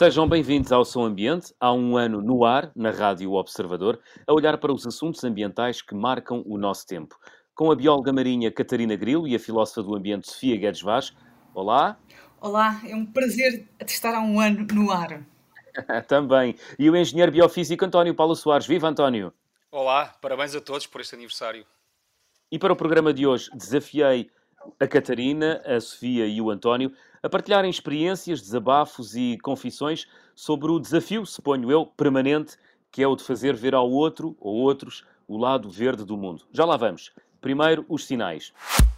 Sejam bem-vindos ao Som Ambiente, há um ano no ar, na Rádio Observador, a olhar para os assuntos ambientais que marcam o nosso tempo. Com a bióloga marinha Catarina Grilo e a filósofa do ambiente Sofia Guedes Vaz. Olá. Olá, é um prazer estar há um ano no ar. Também. E o engenheiro biofísico António Paulo Soares. Viva, António! Olá, parabéns a todos por este aniversário. E para o programa de hoje, desafiei a Catarina, a Sofia e o António a partilharem experiências, desabafos e confissões sobre o desafio, suponho eu, permanente, que é o de fazer ver ao outro ou outros o lado verde do mundo. Já lá vamos. Primeiro, os sinais.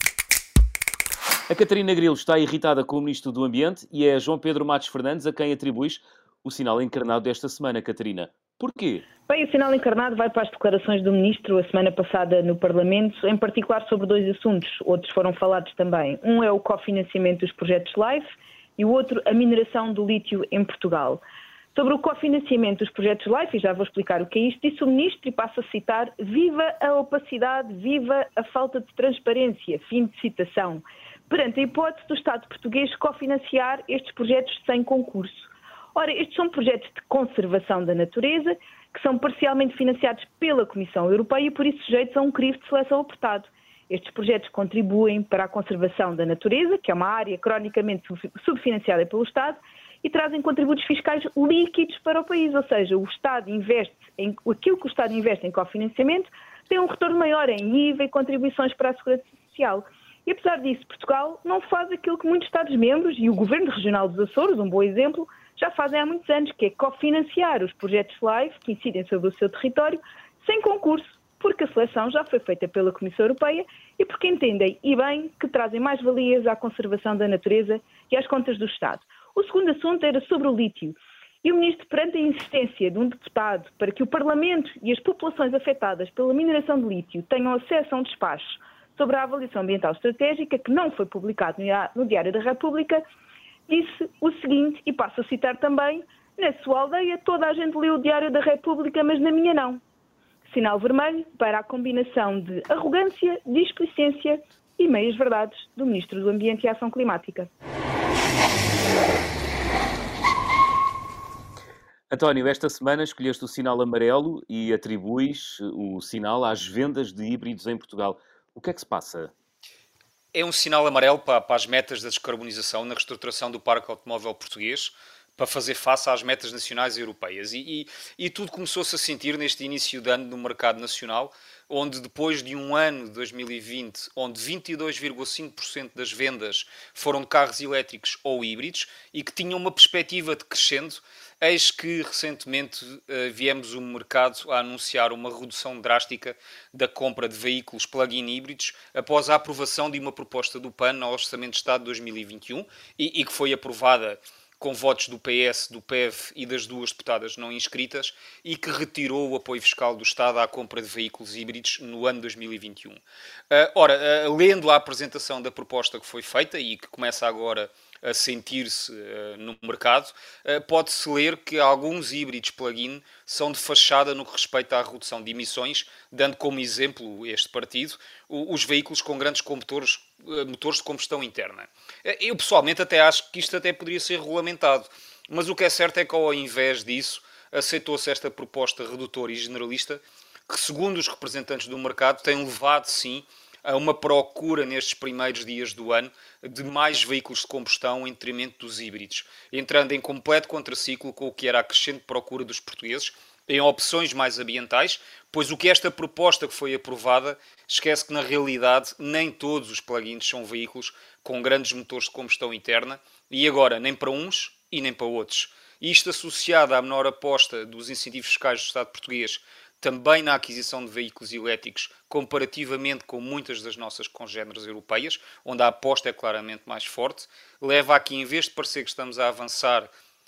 A Catarina Grilo está irritada com o Ministro do Ambiente e é João Pedro Matos Fernandes a quem atribuis o sinal encarnado desta semana, Catarina. Porquê? Bem, o sinal encarnado vai para as declarações do Ministro a semana passada no Parlamento, em particular sobre dois assuntos, outros foram falados também. Um é o cofinanciamento dos projetos LIFE e o outro a mineração do lítio em Portugal. Sobre o cofinanciamento dos projetos LIFE, e já vou explicar o que é isto, disse o Ministro, e passo a citar: viva a opacidade, viva a falta de transparência, fim de citação, perante a hipótese do Estado português cofinanciar estes projetos sem concurso. Ora, estes são projetos de conservação da natureza, que são parcialmente financiados pela Comissão Europeia e, por isso, sujeitos a um crivo de seleção apertado. Estes projetos contribuem para a conservação da natureza, que é uma área cronicamente subfinanciada pelo Estado, e trazem contributos fiscais líquidos para o país, ou seja, o Estado investe aquilo que o Estado investe em cofinanciamento tem um retorno maior em IVA e contribuições para a Segurança Social. E, apesar disso, Portugal não faz aquilo que muitos Estados-membros, e o Governo Regional dos Açores, um bom exemplo, já fazem há muitos anos, que é cofinanciar os projetos LIFE que incidem sobre o seu território sem concurso, porque a seleção já foi feita pela Comissão Europeia e porque entendem, e bem, que trazem mais valias à conservação da natureza e às contas do Estado. O segundo assunto era sobre o lítio. E o Ministro, perante a insistência de um deputado para que o Parlamento e as populações afetadas pela mineração de lítio tenham acesso a um despacho sobre a avaliação ambiental estratégica, que não foi publicado no Diário da República, disse o seguinte, e passo a citar também: na sua aldeia toda a gente leu o Diário da República, mas na minha não. Sinal vermelho para a combinação de arrogância, displicência e meias-verdades do Ministro do Ambiente e Ação Climática. António, esta semana escolheste o sinal amarelo e atribuis o sinal às vendas de híbridos em Portugal. O que é que se passa? É um sinal amarelo para as metas da descarbonização na reestruturação do parque automóvel português, para fazer face às metas nacionais e europeias. E tudo começou-se a sentir neste início de ano no mercado nacional, onde depois de um ano de 2020, onde 22,5% das vendas foram de carros elétricos ou híbridos e que tinham uma perspectiva de crescendo, eis que recentemente viemos o mercado a anunciar uma redução drástica da compra de veículos plug-in híbridos após a aprovação de uma proposta do PAN ao Orçamento de Estado de 2021 e que foi aprovada com votos do PS, do PEV e das duas deputadas não inscritas, e que retirou o apoio fiscal do Estado à compra de veículos híbridos no ano 2021. Lendo a apresentação da proposta que foi feita e que começa agora a sentir-se no mercado, pode-se ler que alguns híbridos plug-in são de fachada no que respeita à redução de emissões, dando como exemplo este partido os veículos com grandes motores de combustão interna. Eu pessoalmente até acho que isto até poderia ser regulamentado, mas o que é certo é que ao invés disso aceitou-se esta proposta redutora e generalista que, segundo os representantes do mercado, tem levado sim a uma procura nestes primeiros dias do ano de mais veículos de combustão em detrimento dos híbridos, entrando em completo contraciclo com o que era a crescente procura dos portugueses em opções mais ambientais, pois o que esta proposta que foi aprovada esquece que na realidade nem todos os plug-ins são veículos com grandes motores de combustão interna e agora nem para uns e nem para outros. Isto associado à menor aposta dos incentivos fiscais do Estado português também na aquisição de veículos elétricos, comparativamente com muitas das nossas congêneres europeias, onde a aposta é claramente mais forte, leva a que, em vez de parecer que estamos a avançar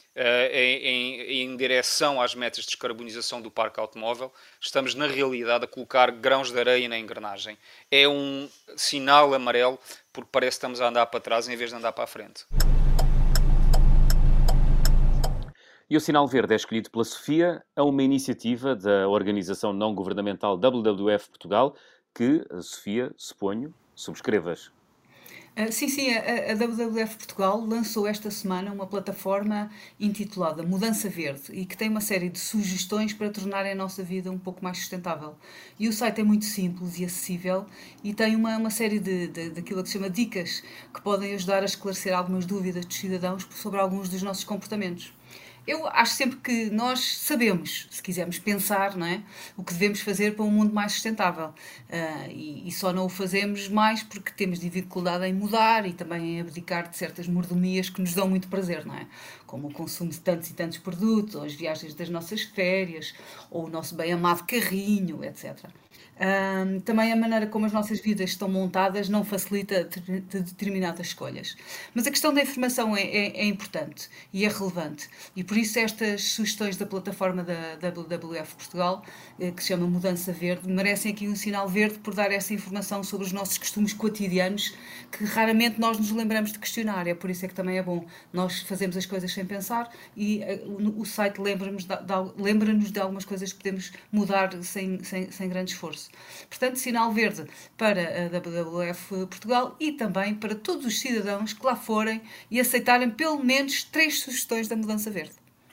em direção às metas de descarbonização do parque automóvel, estamos, na realidade, a colocar grãos de areia na engrenagem. É um sinal amarelo, porque parece que estamos a andar para trás em vez de andar para a frente. E o sinal verde é escolhido pela Sofia, a uma iniciativa da organização não-governamental WWF Portugal, que, Sofia, suponho, subscrevas. Sim, a WWF Portugal lançou esta semana uma plataforma intitulada Mudança Verde e que tem uma série de sugestões para tornarem a nossa vida um pouco mais sustentável. E o site é muito simples e acessível e tem uma série daquilo que se chama dicas que podem ajudar a esclarecer algumas dúvidas dos cidadãos sobre alguns dos nossos comportamentos. Eu acho sempre que nós sabemos, se quisermos pensar, não é? O que devemos fazer para um mundo mais sustentável. E só não o fazemos mais porque temos dificuldade em mudar e também em abdicar de certas mordomias que nos dão muito prazer, não é? Como o consumo de tantos e tantos produtos, ou as viagens das nossas férias, ou o nosso bem amado carrinho, etc. Também a maneira como as nossas vidas estão montadas não facilita determinadas escolhas. Mas a questão da informação é importante e é relevante. E por isso estas sugestões da plataforma da WWF Portugal, que se chama Mudança Verde, merecem aqui um sinal verde por dar essa informação sobre os nossos costumes cotidianos que raramente nós nos lembramos de questionar. É por isso é que também é bom. Nós fazemos as coisas sem pensar e o site lembra-nos de algumas coisas que podemos mudar sem grande esforço. Portanto, sinal verde para a WWF Portugal e também para todos os cidadãos que lá forem e aceitarem pelo menos 3 sugestões da mudança verde.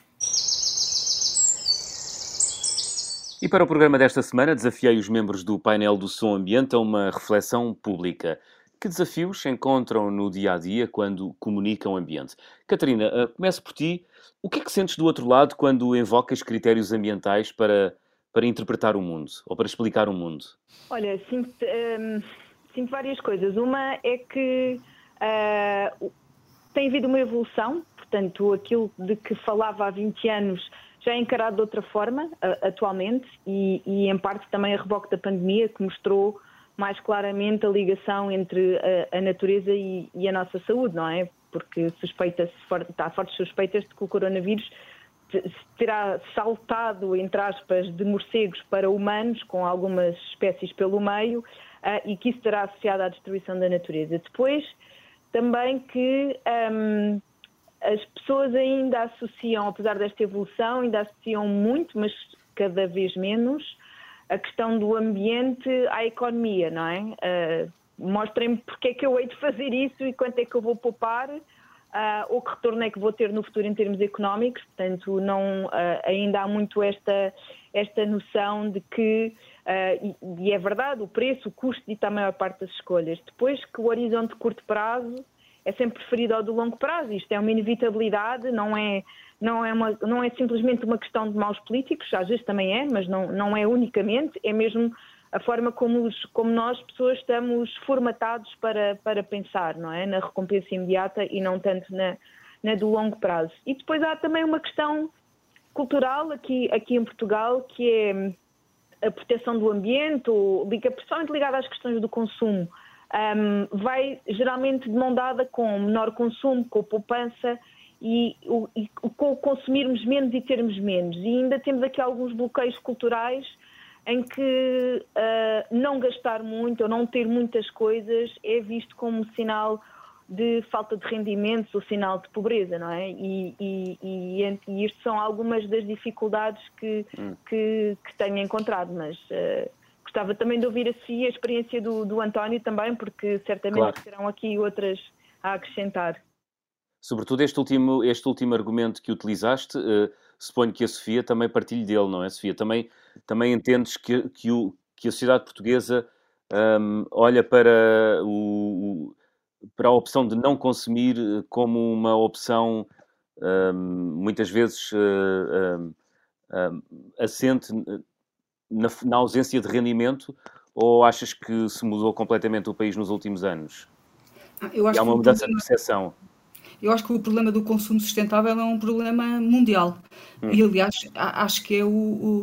E para o programa desta semana, desafiei os membros do painel do Som Ambiente a uma reflexão pública. Que desafios encontram no dia-a-dia quando comunicam ambiente? Catarina, começo por ti. O que é que sentes do outro lado quando invocas critérios ambientais para interpretar o mundo ou para explicar o mundo? Olha, sinto várias coisas. Uma é que tem havido uma evolução, portanto, aquilo de que falava há 20 anos já é encarado de outra forma atualmente e em parte também a reboque da pandemia que mostrou mais claramente a ligação entre a natureza e a nossa saúde, não é? Porque há fortes suspeitas de que o coronavírus terá saltado, entre aspas, de morcegos para humanos, com algumas espécies pelo meio, e que isso estará associado à destruição da natureza. Depois, também que as pessoas ainda associam, apesar desta evolução, ainda associam muito, mas cada vez menos, a questão do ambiente à economia, não é? Mostrem-me porque é que eu hei de fazer isso e quanto é que eu vou poupar, ou que retorno é que vou ter no futuro em termos económicos. Portanto, ainda há muito esta noção de que, e é verdade, o preço, o custo dita a maior parte das escolhas. Depois que o horizonte de curto prazo é sempre preferido ao do longo prazo. Isto é uma inevitabilidade, não é simplesmente uma questão de maus políticos, às vezes também é, mas não é unicamente, é mesmo a forma como nós, pessoas, estamos formatados para pensar, não é? Na recompensa imediata e não tanto na do longo prazo. E depois há também uma questão cultural aqui em Portugal, que é a proteção do ambiente, principalmente ligada às questões do consumo. Vai geralmente de mão dada com menor consumo, com poupança e com consumirmos menos e termos menos. E ainda temos aqui alguns bloqueios culturais em que não gastar muito ou não ter muitas coisas é visto como sinal de falta de rendimentos ou sinal de pobreza, não é? E isto são algumas das dificuldades que tenho encontrado, mas gostava também de ouvir a experiência do António também, porque certamente terão aqui outras a acrescentar. Sobretudo este último argumento que utilizaste, suponho que a Sofia também partilhe dele, não é, Sofia? Também entendes que a sociedade portuguesa olha para a opção de não consumir como uma opção muitas vezes assente na ausência de rendimento, ou achas que se mudou completamente o país nos últimos anos? Há uma mudança de percepção. Eu acho que o problema do consumo sustentável é um problema mundial. E, aliás, acho que é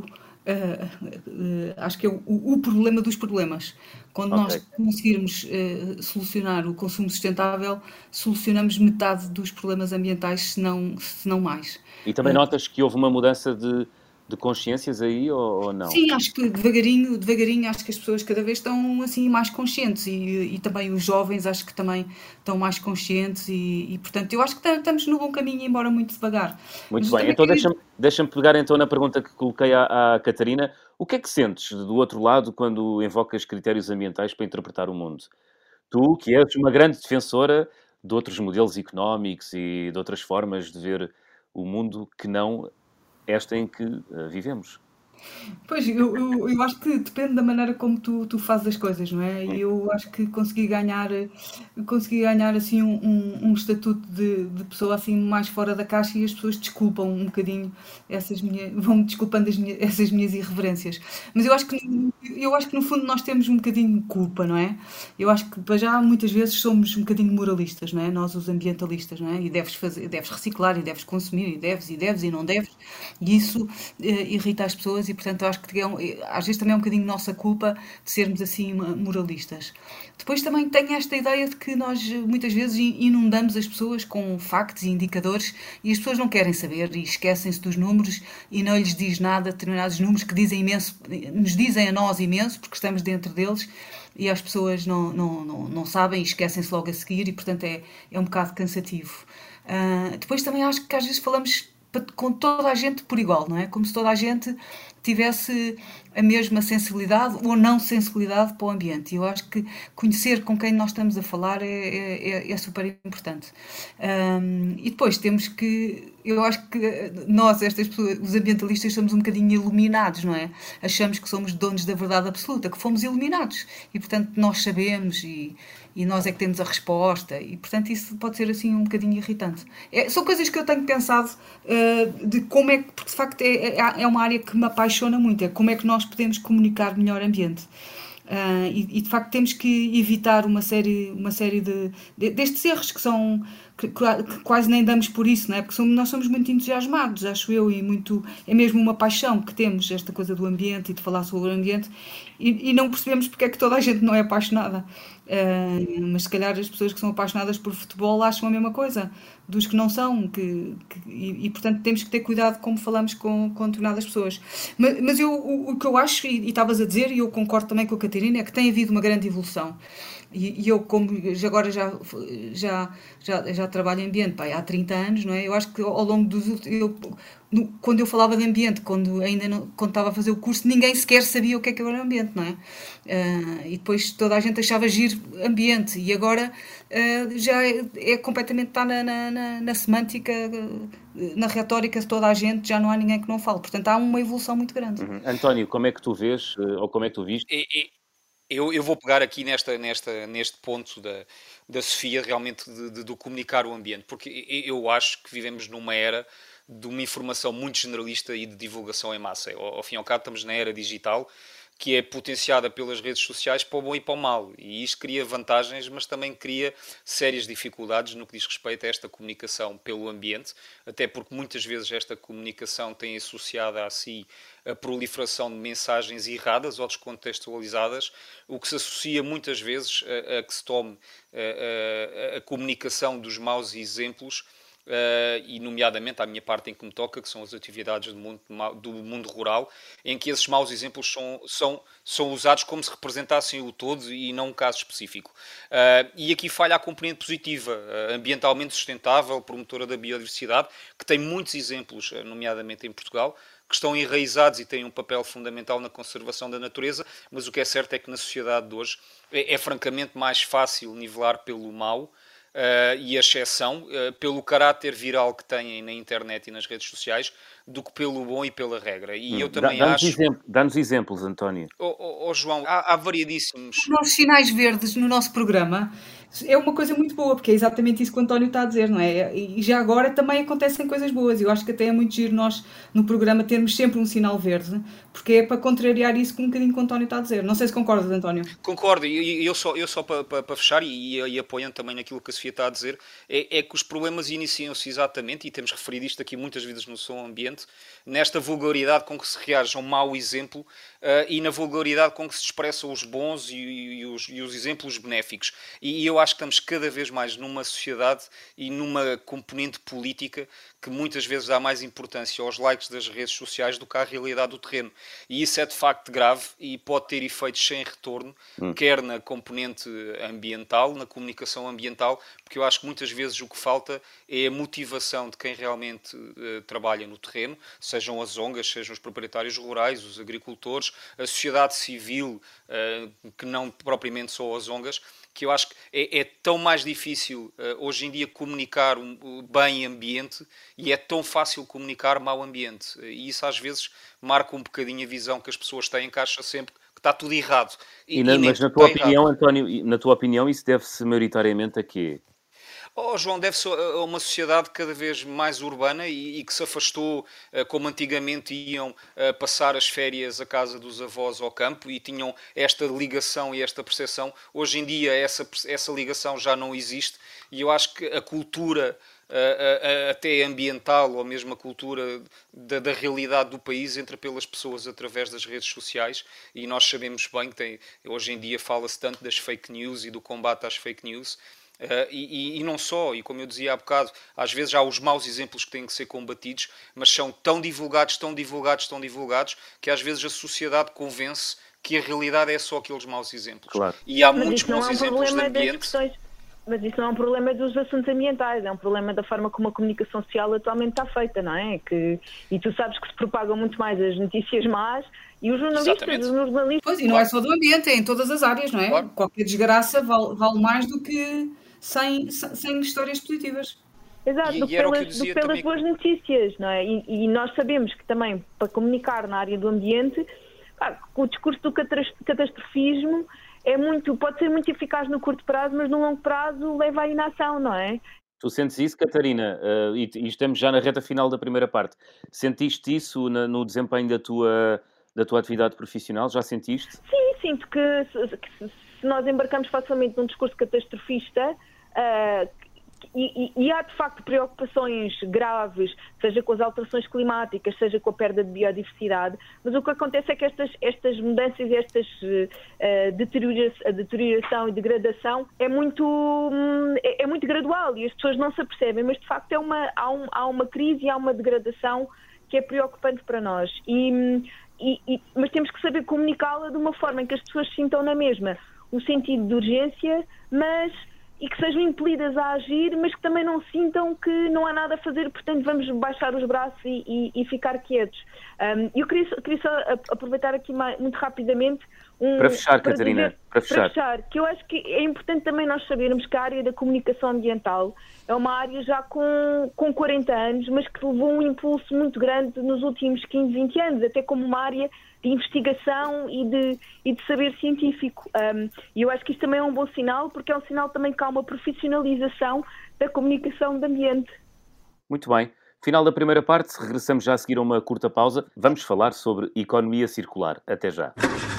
o problema dos problemas. Quando nós conseguirmos solucionar o consumo sustentável, solucionamos metade dos problemas ambientais, se não mais. E também notas que houve uma mudança de consciências aí, ou não? Sim, acho que devagarinho, acho que as pessoas cada vez estão assim mais conscientes e também os jovens acho que também estão mais conscientes e portanto, eu acho que estamos no bom caminho, embora muito devagar. Muito bem, então deixa-me pegar então na pergunta que coloquei à Catarina. O que é que sentes do outro lado quando invocas critérios ambientais para interpretar o mundo? Tu, que és uma grande defensora de outros modelos económicos e de outras formas de ver o mundo que não esta em que vivemos. Pois, eu acho que depende da maneira como tu fazes as coisas, não é? E eu acho que consegui ganhar assim um estatuto de pessoa assim mais fora da caixa e as pessoas desculpam um bocadinho vão-me desculpando essas minhas irreverências. Mas eu acho que no fundo nós temos um bocadinho de culpa, não é? Eu acho que para já muitas vezes somos um bocadinho moralistas, não é? Nós os ambientalistas, não é? E deves reciclar e deves consumir e não deves. E isso irrita as pessoas e, portanto, eu acho que às vezes também é um bocadinho nossa culpa de sermos assim moralistas. Depois também tenho esta ideia de que nós muitas vezes inundamos as pessoas com factos e indicadores e as pessoas não querem saber e esquecem-se dos números e não lhes diz nada, determinados números que dizem imenso, nos dizem a nós imenso, porque estamos dentro deles e as pessoas não sabem e esquecem-se logo a seguir e, portanto, é um bocado cansativo. Depois também acho que às vezes falamos com toda a gente por igual, não é? Como se toda a gente tivesse a mesma sensibilidade ou não sensibilidade para o ambiente. E eu acho que conhecer com quem nós estamos a falar é super importante. E depois temos que. Eu acho que nós, estas pessoas, os ambientalistas, somos um bocadinho iluminados, não é? Achamos que somos donos da verdade absoluta, que fomos iluminados. E, portanto, nós sabemos e nós é que temos a resposta. E, portanto, isso pode ser assim um bocadinho irritante. São coisas que eu tenho pensado de como é que, porque de facto é uma área que me apaixona muito, é como é que nós podemos comunicar melhor ambiente. E de facto temos que evitar uma série destes erros que quase nem damos por isso, não é? Porque nós somos muito entusiasmados, acho eu, e muito, é mesmo uma paixão que temos, esta coisa do ambiente e de falar sobre o ambiente, e não percebemos porque é que toda a gente não é apaixonada. Mas se calhar as pessoas que são apaixonadas por futebol acham a mesma coisa dos que não são, e portanto temos que ter cuidado como falamos com determinadas pessoas. Mas o que eu acho, e estavas a dizer, e eu concordo também com a Catarina, é que tem havido uma grande evolução. E eu, como agora já trabalho em ambiente há 30 anos, não é? Eu acho que ao longo dos últimos. Quando eu falava de ambiente, quando estava a fazer o curso, ninguém sequer sabia o que era ambiente, não é? E depois toda a gente achava giro ambiente, e agora já é completamente, está na semântica, na retórica de toda a gente, já não há ninguém que não fale. Portanto, há uma evolução muito grande. António, como é que tu vês, ou como é que tu viste? Eu vou pegar aqui neste ponto da Sofia, realmente, de comunicar o ambiente, porque eu acho que vivemos numa era de uma informação muito generalista e de divulgação em massa. Ao fim e ao cabo, estamos na era digital, que é potenciada pelas redes sociais para o bom e para o mal. E isto cria vantagens, mas também cria sérias dificuldades no que diz respeito a esta comunicação pelo ambiente, até porque muitas vezes esta comunicação tem associada a si a proliferação de mensagens erradas ou descontextualizadas, o que se associa muitas vezes a que se tome a comunicação dos maus exemplos, e nomeadamente à minha parte em que me toca, que são as atividades do mundo rural, em que esses maus exemplos são usados como se representassem o todo e não um caso específico. E aqui falha a componente positiva, ambientalmente sustentável, promotora da biodiversidade, que tem muitos exemplos, nomeadamente em Portugal, que estão enraizados e têm um papel fundamental na conservação da natureza, mas o que é certo é que na sociedade de hoje é francamente mais fácil nivelar pelo mau, e a exceção, pelo caráter viral que têm na internet e nas redes sociais, do que pelo bom e pela regra. E eu também acho... Dá-nos exemplos, António. João, há variadíssimos... Os nossos sinais verdes no nosso programa é uma coisa muito boa, porque é exatamente isso que o António está a dizer, não é? E já agora também acontecem coisas boas. Eu acho que até é muito giro nós, no programa, termos sempre um sinal verde, porque é para contrariar isso que um bocadinho que o António está a dizer. Não sei se concordas, António. Concordo, e eu só para fechar, e apoiando também naquilo que a Sofia está a dizer, é que os problemas iniciam-se exatamente, e temos referido isto aqui muitas vezes no Som Ambiente, nesta vulgaridade com que se reage a um mau exemplo, e na vulgaridade com que se expressam os bons e os exemplos benéficos. E eu acho que estamos cada vez mais numa sociedade e numa componente política que muitas vezes dá mais importância aos likes das redes sociais do que à realidade do terreno. E isso é de facto grave e pode ter efeitos sem retorno, quer na componente ambiental, na comunicação ambiental, porque eu acho que muitas vezes o que falta é a motivação de quem realmente trabalha no terreno, sejam as ONGs, sejam os proprietários rurais, os agricultores, a sociedade civil, civil, que não propriamente só as ONGs, que eu acho que é tão mais difícil hoje em dia comunicar bem ambiente e é tão fácil comunicar mau ambiente. E isso às vezes marca um bocadinho a visão que as pessoas têm, que acham sempre que está tudo errado. Mas na tua opinião, António, na tua opinião, isso deve-se maioritariamente a quê? João, deve-se a uma sociedade cada vez mais urbana e que se afastou, como antigamente iam passar as férias à casa dos avós ao campo e tinham esta ligação e esta percepção. Hoje em dia essa ligação já não existe e eu acho que a cultura, até ambiental ou mesmo a cultura da realidade do país entra pelas pessoas através das redes sociais e nós sabemos bem que hoje em dia fala-se tanto das fake news e do combate às fake news. E não só, e como eu dizia há bocado, às vezes há os maus exemplos que têm que ser combatidos, mas são tão divulgados, que às vezes a sociedade convence que a realidade é só aqueles maus exemplos. Claro. E há muitos bons exemplos de ambiente. Mas isso não é um problema dos assuntos ambientais, é um problema da forma como a comunicação social atualmente está feita, não é? E tu sabes que se propagam muito mais as notícias más e os jornalistas... Pois, e não é só do ambiente, é em todas as áreas, não é? Claro. Qualquer desgraça vale mais do que 100 histórias positivas. Exato, do que pelas boas notícias, não é? E nós sabemos que também, para comunicar na área do ambiente, o discurso do catastrofismo pode ser muito eficaz no curto prazo, mas no longo prazo leva à inação, não é? Tu sentes isso, Catarina? E estamos já na reta final da primeira parte. Sentiste isso no desempenho da tua atividade profissional? Já sentiste? Sim, sinto que se nós embarcamos facilmente num discurso catastrofista, e há de facto preocupações graves, seja com as alterações climáticas, seja com a perda de biodiversidade, mas o que acontece é que estas mudanças, a deterioração e degradação é muito gradual e as pessoas não se apercebem, mas de facto há uma crise e há uma degradação que é preocupante para nós. Mas temos que saber comunicá-la de uma forma em que as pessoas sintam na mesma o sentido de urgência, e que sejam impelidas a agir, mas que também não sintam que não há nada a fazer, portanto vamos baixar os braços e ficar quietos. Eu queria só aproveitar aqui muito rapidamente... Para fechar, Catarina, para fechar, que eu acho que é importante também nós sabermos que a área da comunicação ambiental é uma área já com 40 anos, mas que levou um impulso muito grande nos últimos 15, 20 anos, até como uma área de investigação e de saber científico. E eu acho que isto também é um bom sinal, porque é um sinal também que há uma profissionalização da comunicação de ambiente. Muito bem. Final da primeira parte, regressamos já a seguir a uma curta pausa. Vamos falar sobre economia circular. Até já.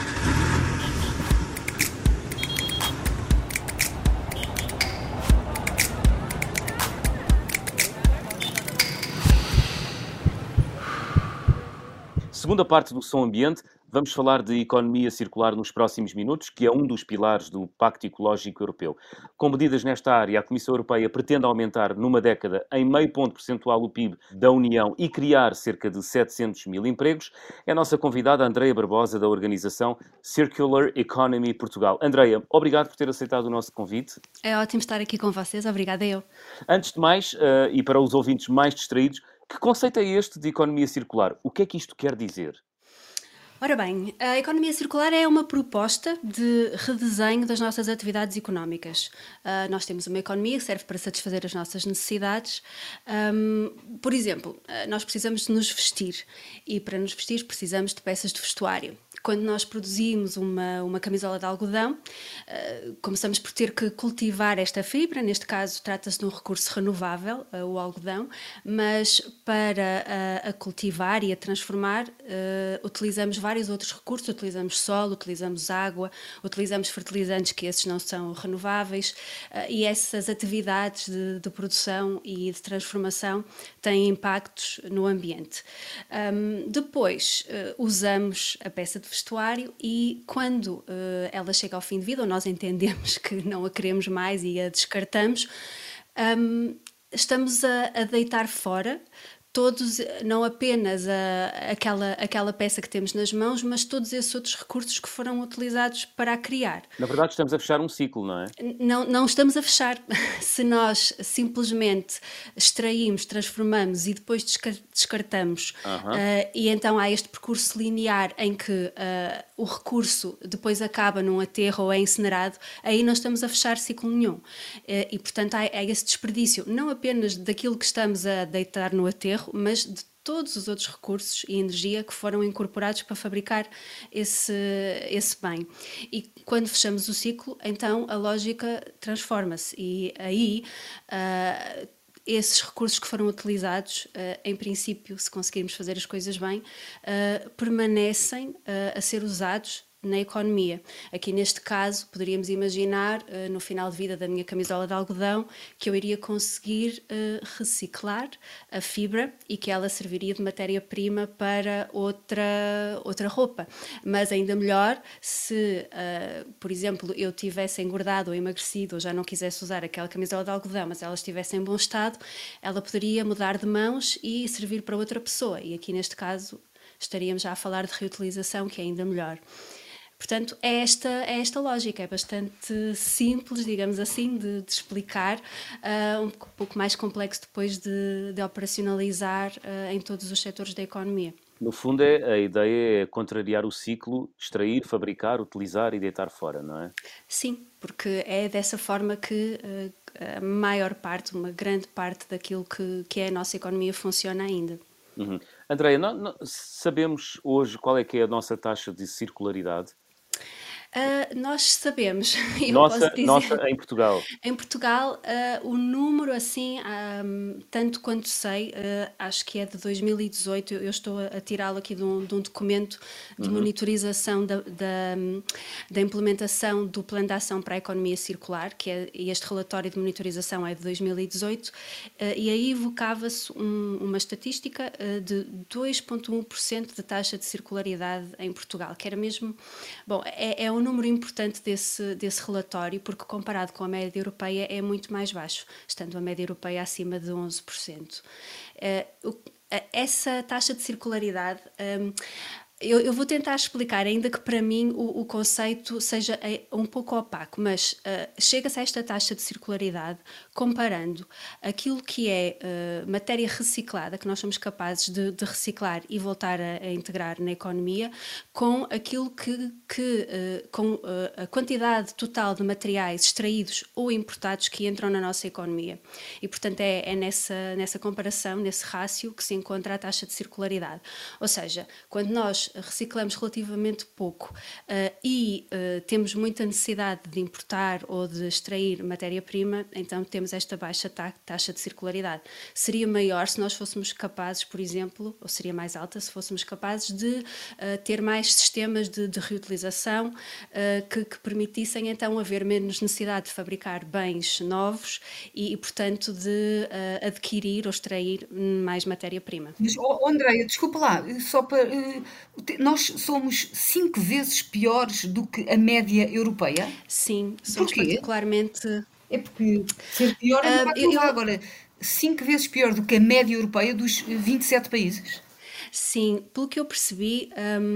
Segunda parte do Som Ambiente, vamos falar de economia circular nos próximos minutos, que é um dos pilares do Pacto Ecológico Europeu. Com medidas nesta área, a Comissão Europeia pretende aumentar numa década em meio ponto percentual o PIB da União e criar cerca de 700 mil empregos. É a nossa convidada Andreia Barbosa, da organização Circular Economy Portugal. Andreia, obrigado por ter aceitado o nosso convite. É ótimo estar aqui com vocês, obrigada eu. Antes de mais, e para os ouvintes mais distraídos, que conceito é este de economia circular? O que é que isto quer dizer? Ora bem, a economia circular é uma proposta de redesenho das nossas atividades económicas. Nós temos uma economia que serve para satisfazer as nossas necessidades. Por exemplo, nós precisamos de nos vestir e para nos vestir precisamos de peças de vestuário. Quando nós produzimos uma camisola de algodão, começamos por ter que cultivar esta fibra, neste caso trata-se de um recurso renovável, o algodão, mas para a cultivar e a transformar utilizamos vários outros recursos, utilizamos solo, utilizamos água, utilizamos fertilizantes que esses não são renováveis e essas atividades de produção e de transformação têm impactos no ambiente. Depois usamos a peça de vestuário e quando ela chega ao fim de vida, ou nós entendemos que não a queremos mais e a descartamos, estamos a deitar fora todos, não apenas aquela peça que temos nas mãos, mas todos esses outros recursos que foram utilizados para a criar. Na verdade, estamos a fechar um ciclo, não é? Não estamos a fechar. Se nós simplesmente extraímos, transformamos e depois descartamos, e então há este percurso linear em que o recurso depois acaba num aterro ou é incinerado, aí não estamos a fechar ciclo nenhum. E, portanto, há esse desperdício, não apenas daquilo que estamos a deitar no aterro, mas de todos os outros recursos e energia que foram incorporados para fabricar esse bem. E quando fechamos o ciclo, então a lógica transforma-se e aí esses recursos que foram utilizados, em princípio, se conseguirmos fazer as coisas bem, permanecem a ser usados na economia. Aqui neste caso, poderíamos imaginar, no final de vida da minha camisola de algodão, que eu iria conseguir reciclar a fibra e que ela serviria de matéria-prima para outra roupa. Mas ainda melhor se, por exemplo, eu tivesse engordado ou emagrecido ou já não quisesse usar aquela camisola de algodão, mas ela estivesse em bom estado, ela poderia mudar de mãos e servir para outra pessoa. E aqui neste caso estaríamos já a falar de reutilização, que é ainda melhor. Portanto, é esta lógica, é bastante simples, digamos assim, de explicar, um pouco mais complexo depois de operacionalizar em todos os setores da economia. No fundo, a ideia é contrariar o ciclo, extrair, fabricar, utilizar e deitar fora, não é? Sim, porque é dessa forma que a maior parte, uma grande parte daquilo que é a nossa economia funciona ainda. Uhum. Andreia, sabemos hoje qual é que é a nossa taxa de circularidade? Nós sabemos, eu posso dizer. Nossa em Portugal. Em Portugal, o número, assim, tanto quanto sei, acho que é de 2018, eu estou a tirá-lo aqui de um documento de monitorização da implementação do Plano de Ação para a Economia Circular, e este relatório de monitorização é de 2018, e aí evocava-se uma estatística de 2,1% de taxa de circularidade em Portugal, que era mesmo, bom, é um número importante desse relatório, porque comparado com a média europeia é muito mais baixo, estando a média europeia acima de 11%. Essa taxa de circularidade, eu vou tentar explicar, ainda que para mim o conceito seja um pouco opaco, mas chega-se a esta taxa de circularidade comparando aquilo que é matéria reciclada, que nós somos capazes de reciclar e voltar a integrar na economia, com aquilo com a quantidade total de materiais extraídos ou importados que entram na nossa economia. E, portanto, é nessa comparação, nesse rácio, que se encontra a taxa de circularidade. Ou seja, quando nós reciclamos relativamente pouco e temos muita necessidade de importar ou de extrair matéria-prima, então temos esta baixa taxa de circularidade. Seria maior se nós fôssemos capazes, por exemplo, ou seria mais alta se fôssemos capazes de ter mais sistemas de reutilização que permitissem então haver menos necessidade de fabricar bens novos e portanto, de adquirir ou extrair mais matéria-prima. Mas, Andreia, desculpa lá, só para... nós somos 5 vezes piores do que a média europeia? Sim, somos Porquê? particularmente... É porque ser pior é uma coisa. Agora, 5 vezes pior do que a média europeia dos 27 países? Sim, pelo que eu percebi,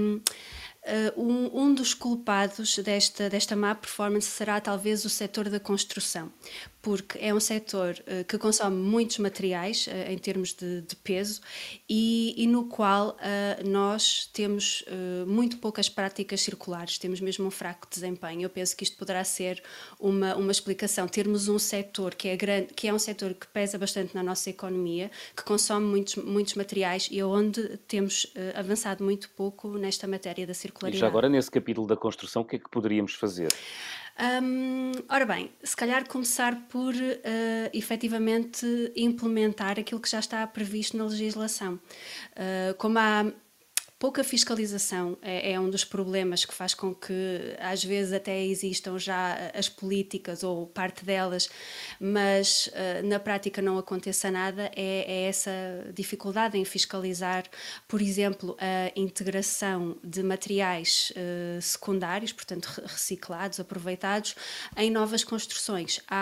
um dos culpados desta má performance será talvez o setor da construção, porque é um setor que consome muitos materiais em termos de peso e no qual nós temos muito poucas práticas circulares, temos mesmo um fraco desempenho. Eu penso que isto poderá ser uma explicação, termos um setor que é grande, que é um setor que pesa bastante na nossa economia, que consome muitos materiais e onde temos avançado muito pouco nesta matéria da circularidade. E já agora, nesse capítulo da construção, o que é que poderíamos fazer? Ora bem, se calhar começar por efetivamente implementar aquilo que já está previsto na legislação. Como há pouca fiscalização, é um dos problemas que faz com que às vezes até existam já as políticas ou parte delas, mas na prática não aconteça nada, é essa dificuldade em fiscalizar, por exemplo, a integração de materiais secundários, portanto reciclados, aproveitados, em novas construções. Há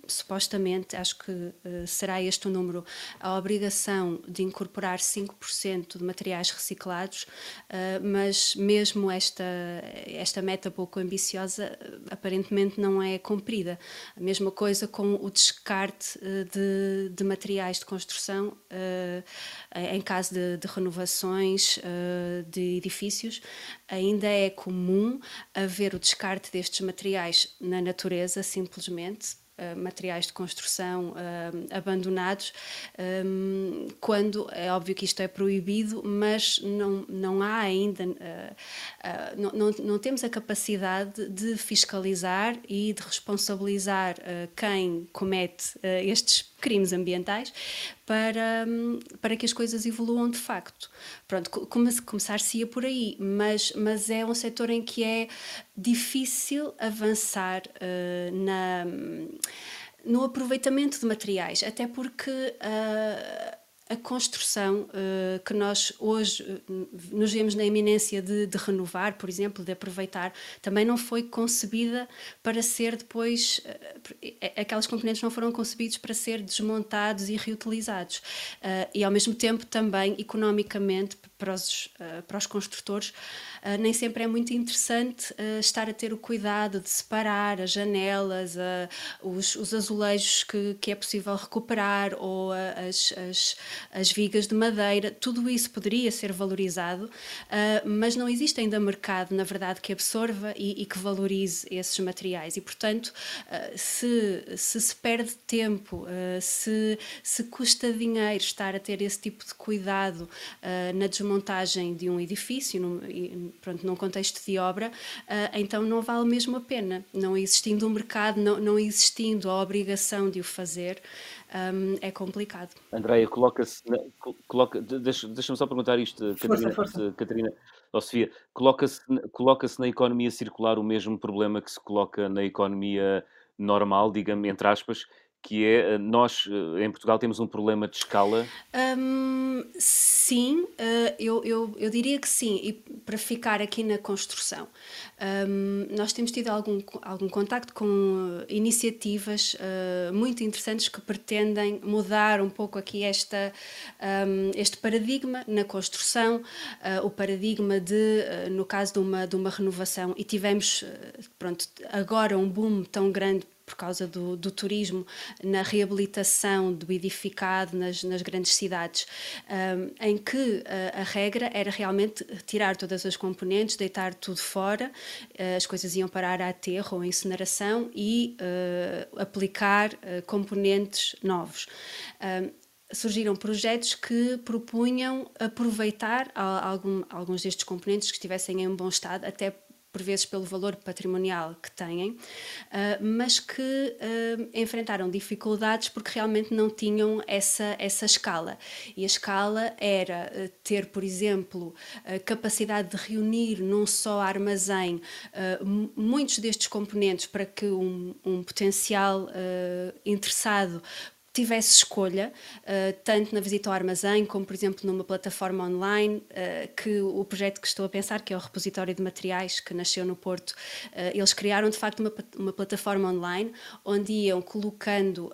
supostamente, acho que será este o número, a obrigação de incorporar 5% de materiais reciclados, mas mesmo esta meta pouco ambiciosa aparentemente não é cumprida. A mesma coisa com o descarte de materiais de construção em caso de renovações de edifícios. Ainda é comum haver o descarte destes materiais na natureza, simplesmente, materiais de construção abandonados, quando é óbvio que isto é proibido, mas não há ainda, não temos a capacidade de fiscalizar e de responsabilizar quem comete estes crimes ambientais para que as coisas evoluam de facto. Pronto, começar-se-ia por aí, mas é um setor em que é difícil avançar no aproveitamento de materiais, até porque a construção que nós hoje nos vemos na iminência de renovar, por exemplo, de aproveitar, também não foi concebida para ser depois, aqueles componentes não foram concebidos para ser desmontados e reutilizados. E ao mesmo tempo também, economicamente, para os construtores, nem sempre é muito interessante estar a ter o cuidado de separar as janelas, os azulejos que é possível recuperar, ou as vigas de madeira. Tudo isso poderia ser valorizado, mas não existe ainda mercado, na verdade, que absorva e que valorize esses materiais. E, portanto, se perde tempo, se custa dinheiro estar a ter esse tipo de cuidado na desmontagem de um edifício, num contexto de obra, então não vale mesmo a pena. Não existindo um mercado, não existindo a obrigação de o fazer, é complicado. Andreia, deixa-me só perguntar isto, Catarina ou Sofia, coloca-se na economia circular o mesmo problema que se coloca na economia normal, digamos, entre aspas, que é, nós em Portugal temos um problema de escala? Sim, eu diria que sim, e para ficar aqui na construção. Nós temos tido algum contacto com iniciativas muito interessantes que pretendem mudar um pouco aqui este paradigma na construção, o paradigma no caso de uma renovação, e tivemos agora um boom tão grande por causa do turismo, na reabilitação do edificado nas grandes cidades, em que a regra era realmente tirar todas as componentes, deitar tudo fora, as coisas iam parar a aterro ou a incineração e aplicar componentes novos. Surgiram projetos que propunham aproveitar alguns destes componentes que estivessem em bom estado, até por vezes pelo valor patrimonial que têm, mas que enfrentaram dificuldades porque realmente não tinham essa escala. E a escala era ter, por exemplo, a capacidade de reunir num só armazém muitos destes componentes para que um potencial interessado tivesse escolha, tanto na visita ao armazém, como, por exemplo, numa plataforma online, que o projeto que estou a pensar, que é o Repositório de Materiais, que nasceu no Porto, eles criaram, de facto, uma plataforma online, onde iam colocando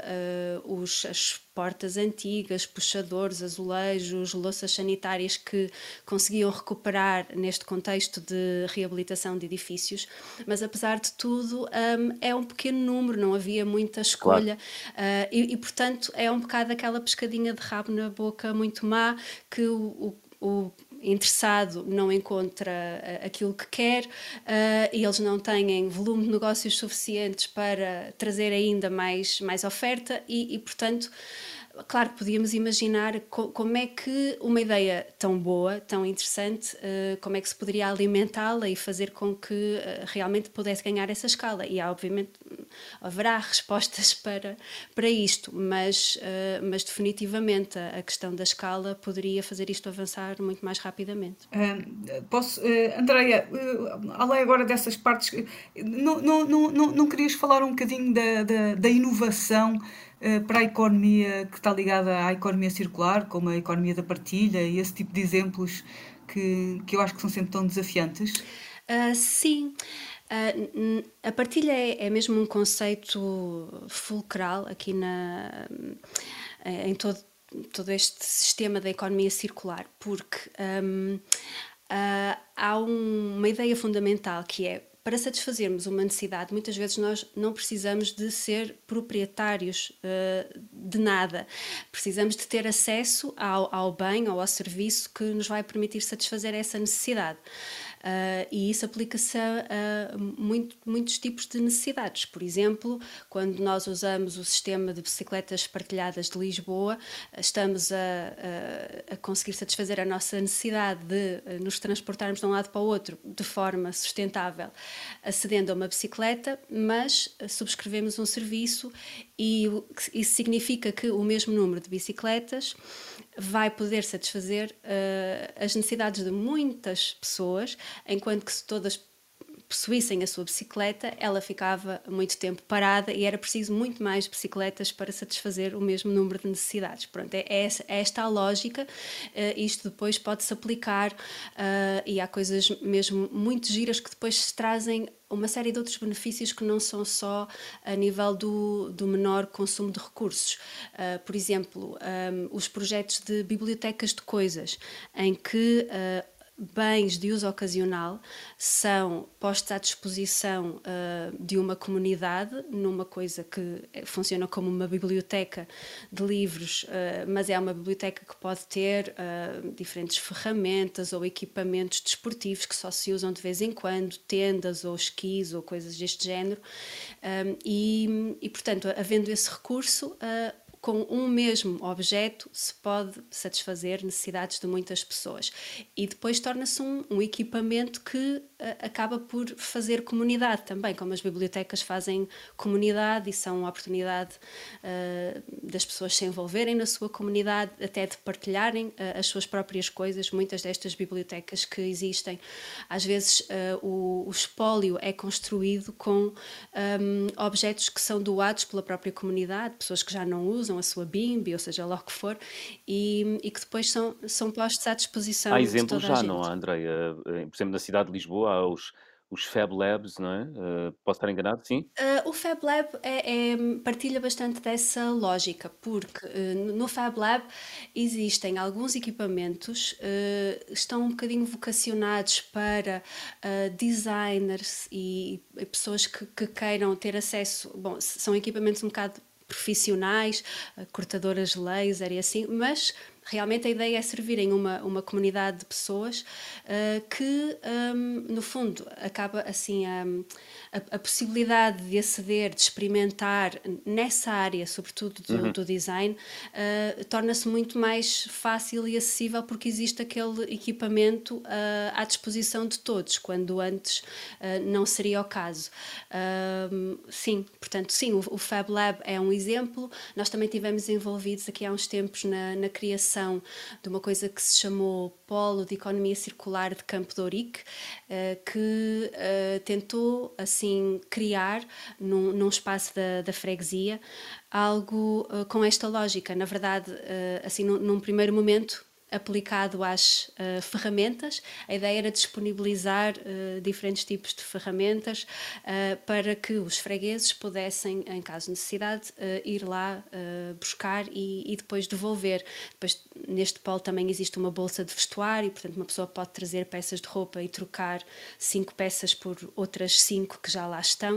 as portas antigas, puxadores, azulejos, louças sanitárias que conseguiam recuperar neste contexto de reabilitação de edifícios, mas apesar de tudo é um pequeno número, não havia muita escolha. Claro. E portanto é um bocado aquela pescadinha de rabo na boca muito má, que o interessado não encontra aquilo que quer, e eles não têm volume de negócios suficientes para trazer ainda mais oferta e portanto, claro que podíamos imaginar como é que uma ideia tão boa, tão interessante, como é que se poderia alimentá-la e fazer com que realmente pudesse ganhar essa escala. E obviamente haverá respostas para isto, mas definitivamente a questão da escala poderia fazer isto avançar muito mais rapidamente. Andreia, além agora dessas partes, não querias falar um bocadinho da inovação para a economia que está ligada à economia circular, como a economia da partilha e esse tipo de exemplos que eu acho que são sempre tão desafiantes? Sim. A partilha é mesmo um conceito fulcral aqui em todo este sistema da economia circular, porque há uma ideia fundamental que é: para satisfazermos uma necessidade, muitas vezes nós não precisamos de ser proprietários de nada. Precisamos de ter acesso ao bem ou ao serviço que nos vai permitir satisfazer essa necessidade. E isso aplica-se a muitos tipos de necessidades. Por exemplo, quando nós usamos o sistema de bicicletas partilhadas de Lisboa, estamos a conseguir satisfazer a nossa necessidade de nos transportarmos de um lado para o outro de forma sustentável, acedendo a uma bicicleta, mas subscrevemos um serviço e isso significa que o mesmo número de bicicletas vai poder satisfazer as necessidades de muitas pessoas, enquanto que se todas possuíssem a sua bicicleta, ela ficava muito tempo parada e era preciso muito mais bicicletas para satisfazer o mesmo número de necessidades. Pronto, é esta a lógica. Isto depois pode-se aplicar e há coisas mesmo muito giras que depois se trazem uma série de outros benefícios que não são só a nível do menor consumo de recursos. Por exemplo, os projetos de bibliotecas de coisas, em que bens de uso ocasional são postos à disposição de uma comunidade numa coisa que funciona como uma biblioteca de livros, mas é uma biblioteca que pode ter diferentes ferramentas ou equipamentos desportivos que só se usam de vez em quando, tendas ou esquis ou coisas deste género, e portanto, havendo esse recurso, com um mesmo objeto se pode satisfazer necessidades de muitas pessoas. E depois torna-se um equipamento que acaba por fazer comunidade também, como as bibliotecas fazem comunidade e são uma oportunidade das pessoas se envolverem na sua comunidade, até de partilharem as suas próprias coisas. Muitas destas bibliotecas que existem, às vezes o espólio é construído com objetos que são doados pela própria comunidade, pessoas que já não usam a sua bimbi, ou seja lá o que for, e que depois são postos à disposição Há de exemplos toda a já, gente. não há, Andreia? Por exemplo, na cidade de Lisboa há os Fab Labs, não é? Posso estar enganado? Sim? O Fab Lab partilha bastante dessa lógica, porque no Fab Lab existem alguns equipamentos, estão um bocadinho vocacionados para designers e pessoas que queiram ter acesso. Bom, são equipamentos um bocado profissionais, cortadoras laser e assim, mas realmente a ideia é servirem uma comunidade de pessoas que, no fundo, acaba assim a possibilidade de aceder, de experimentar nessa área, sobretudo do design, torna-se muito mais fácil e acessível porque existe aquele equipamento à disposição de todos, quando antes não seria o caso. Sim, portanto, sim, o Fab Lab é um exemplo. Nós também estivemos envolvidos aqui há uns tempos na criação de uma coisa que se chamou Polo de Economia Circular de Campo de Ourique, que tentou assim criar num espaço da freguesia algo com esta lógica. Na verdade, assim, num primeiro momento, aplicado às ferramentas, a ideia era disponibilizar diferentes tipos de ferramentas para que os fregueses pudessem, em caso de necessidade, ir lá buscar e depois devolver. Depois, neste polo também existe uma bolsa de vestuário, portanto uma pessoa pode trazer peças de roupa e trocar 5 peças por outras 5 que já lá estão,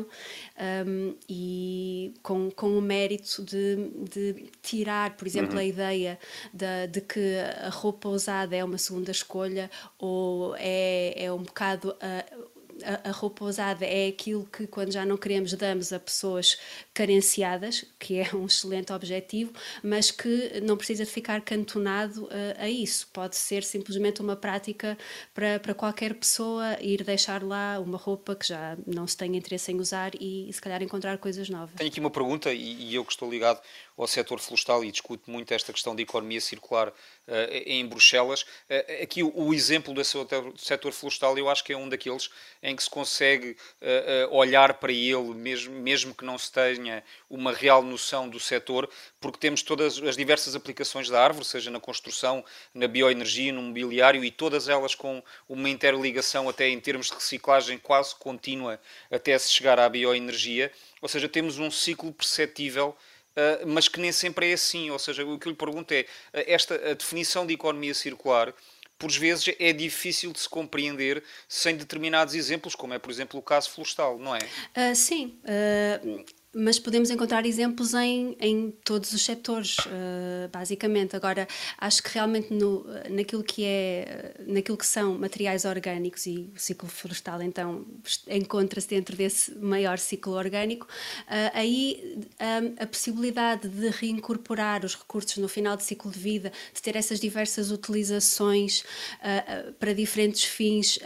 e com o mérito de tirar, por exemplo, a ideia de que a roupa usada é uma segunda escolha, ou é um bocado a roupa usada é aquilo que, quando já não queremos, damos a pessoas carenciadas, que é um excelente objetivo, mas que não precisa de ficar cantonado a isso. Pode ser simplesmente uma prática para qualquer pessoa ir deixar lá uma roupa que já não se tem interesse em usar e se calhar encontrar coisas novas. Tenho aqui uma pergunta, e eu que estou ligado ao setor florestal e discuto muito esta questão de economia circular em Bruxelas. Aqui o exemplo do setor florestal eu acho que é um daqueles em que se consegue olhar para ele, mesmo que não se tenha uma real noção do setor, porque temos todas as diversas aplicações da árvore, seja na construção, na bioenergia, no mobiliário, e todas elas com uma interligação até em termos de reciclagem quase contínua até se chegar à bioenergia. Ou seja, temos um ciclo perceptível, mas que nem sempre é assim. Ou seja, o que eu lhe pergunto é, a definição de economia circular, por vezes, é difícil de se compreender sem determinados exemplos, como é, por exemplo, o caso florestal, não é? Sim, mas podemos encontrar exemplos em todos os setores, basicamente. Agora, acho que realmente naquilo que são materiais orgânicos, e o ciclo florestal, então, encontra-se dentro desse maior ciclo orgânico, aí a possibilidade de reincorporar os recursos no final de ciclo de vida, de ter essas diversas utilizações para diferentes fins,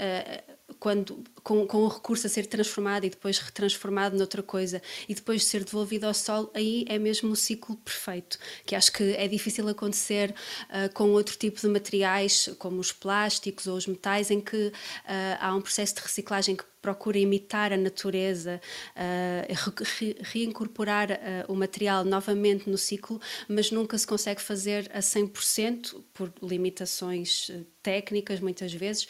com o recurso a ser transformado e depois retransformado noutra coisa e depois ser devolvido ao solo, aí é mesmo o ciclo perfeito, que acho que é difícil acontecer com outro tipo de materiais, como os plásticos ou os metais, em que há um processo de reciclagem que procura imitar a natureza, reincorporar o material novamente no ciclo, mas nunca se consegue fazer a 100% por limitações técnicas, muitas vezes,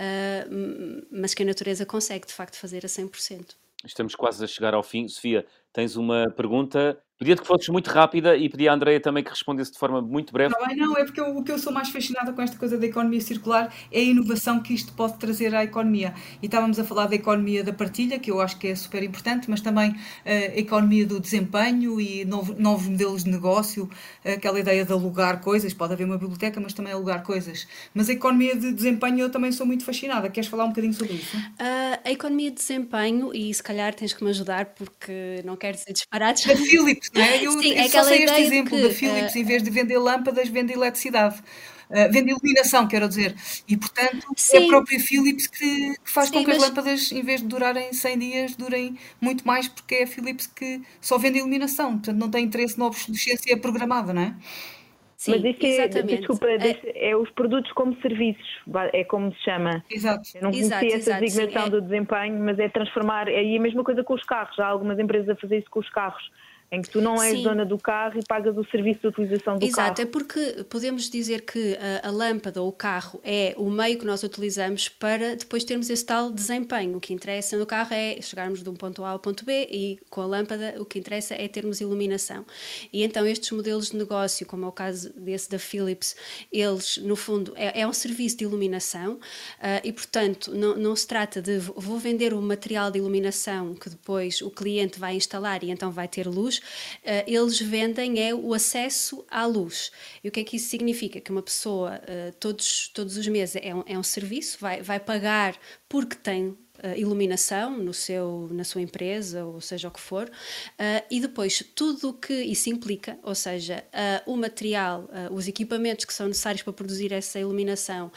mas que a natureza consegue, de facto, fazer a 100%. Estamos quase a chegar ao fim. Sofia, tens uma pergunta? Pedia-te que fosses muito rápida e pedi à Andreia também que respondesse de forma muito breve. Não, é porque o que eu sou mais fascinada com esta coisa da economia circular é a inovação que isto pode trazer à economia. E estávamos a falar da economia da partilha, que eu acho que é super importante, mas também a economia do desempenho e novos modelos de negócio, aquela ideia de alugar coisas. Pode haver uma biblioteca, mas também alugar coisas. Mas a economia de desempenho eu também sou muito fascinada. Queres falar um bocadinho sobre isso? A economia de desempenho, e se calhar tens que me ajudar porque não quero dizer disparates. Da Philips, não é? Sim, Eu só sei este exemplo da Philips, em vez de vender lâmpadas, vende eletricidade. Vende iluminação, quero dizer. E, portanto, é a própria Philips que faz com que as lâmpadas, em vez de durarem 100 dias, durem muito mais, porque é a Philips que só vende iluminação. Portanto, não tem interesse na obsolescência programada, não é? Sim, mas isso exatamente. Desculpa, é os produtos como serviços, é como se chama. Exato. Eu não conhecia essa designação do desempenho, mas é transformar, é a mesma coisa com os carros. Há algumas empresas a fazer isso com os carros, em que tu não és dona do carro e pagas o serviço de utilização do carro. Exato, é porque podemos dizer que a lâmpada ou o carro é o meio que nós utilizamos para depois termos esse tal desempenho. O que interessa no carro é chegarmos de um ponto A ao ponto B, e com a lâmpada o que interessa é termos iluminação. E então estes modelos de negócio, como é o caso desse da Philips, eles no fundo é um serviço de iluminação, e portanto não se trata de vou vender o material de iluminação que depois o cliente vai instalar e então vai ter luz. Eles vendem o acesso à luz. E o que é que isso significa? Que uma pessoa todos os meses é um serviço, vai pagar porque tem iluminação na sua empresa, ou seja o que for, e depois tudo o que isso implica, ou seja, o material, os equipamentos que são necessários para produzir essa iluminação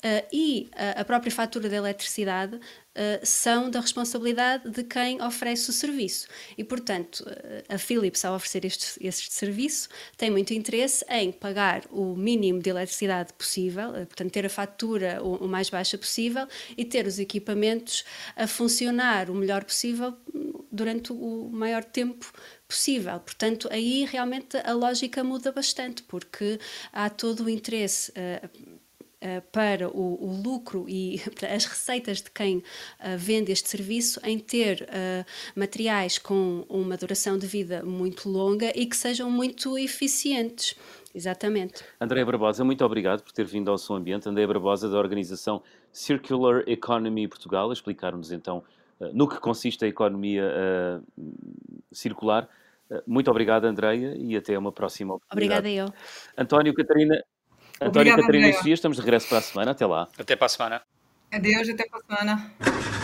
e a própria fatura da eletricidade, são da responsabilidade de quem oferece o serviço. E, portanto, a Philips, ao oferecer este serviço, tem muito interesse em pagar o mínimo de eletricidade possível, portanto, ter a fatura o mais baixa possível e ter os equipamentos a funcionar o melhor possível durante o maior tempo possível. Portanto, aí realmente a lógica muda bastante, porque há todo o interesse para o lucro e para as receitas de quem vende este serviço em ter materiais com uma duração de vida muito longa e que sejam muito eficientes. Exatamente. Andreia Barbosa, muito obrigado por ter vindo ao Som Ambiente. Andreia Barbosa, da organização Circular Economy Portugal, a explicar-nos então no que consiste a economia circular. Muito obrigado, Andreia, e até uma próxima oportunidade. Obrigada eu. António, Catarina e Sofia, estamos de regresso para a semana. Até lá. Até para a semana. Adeus, até para a semana.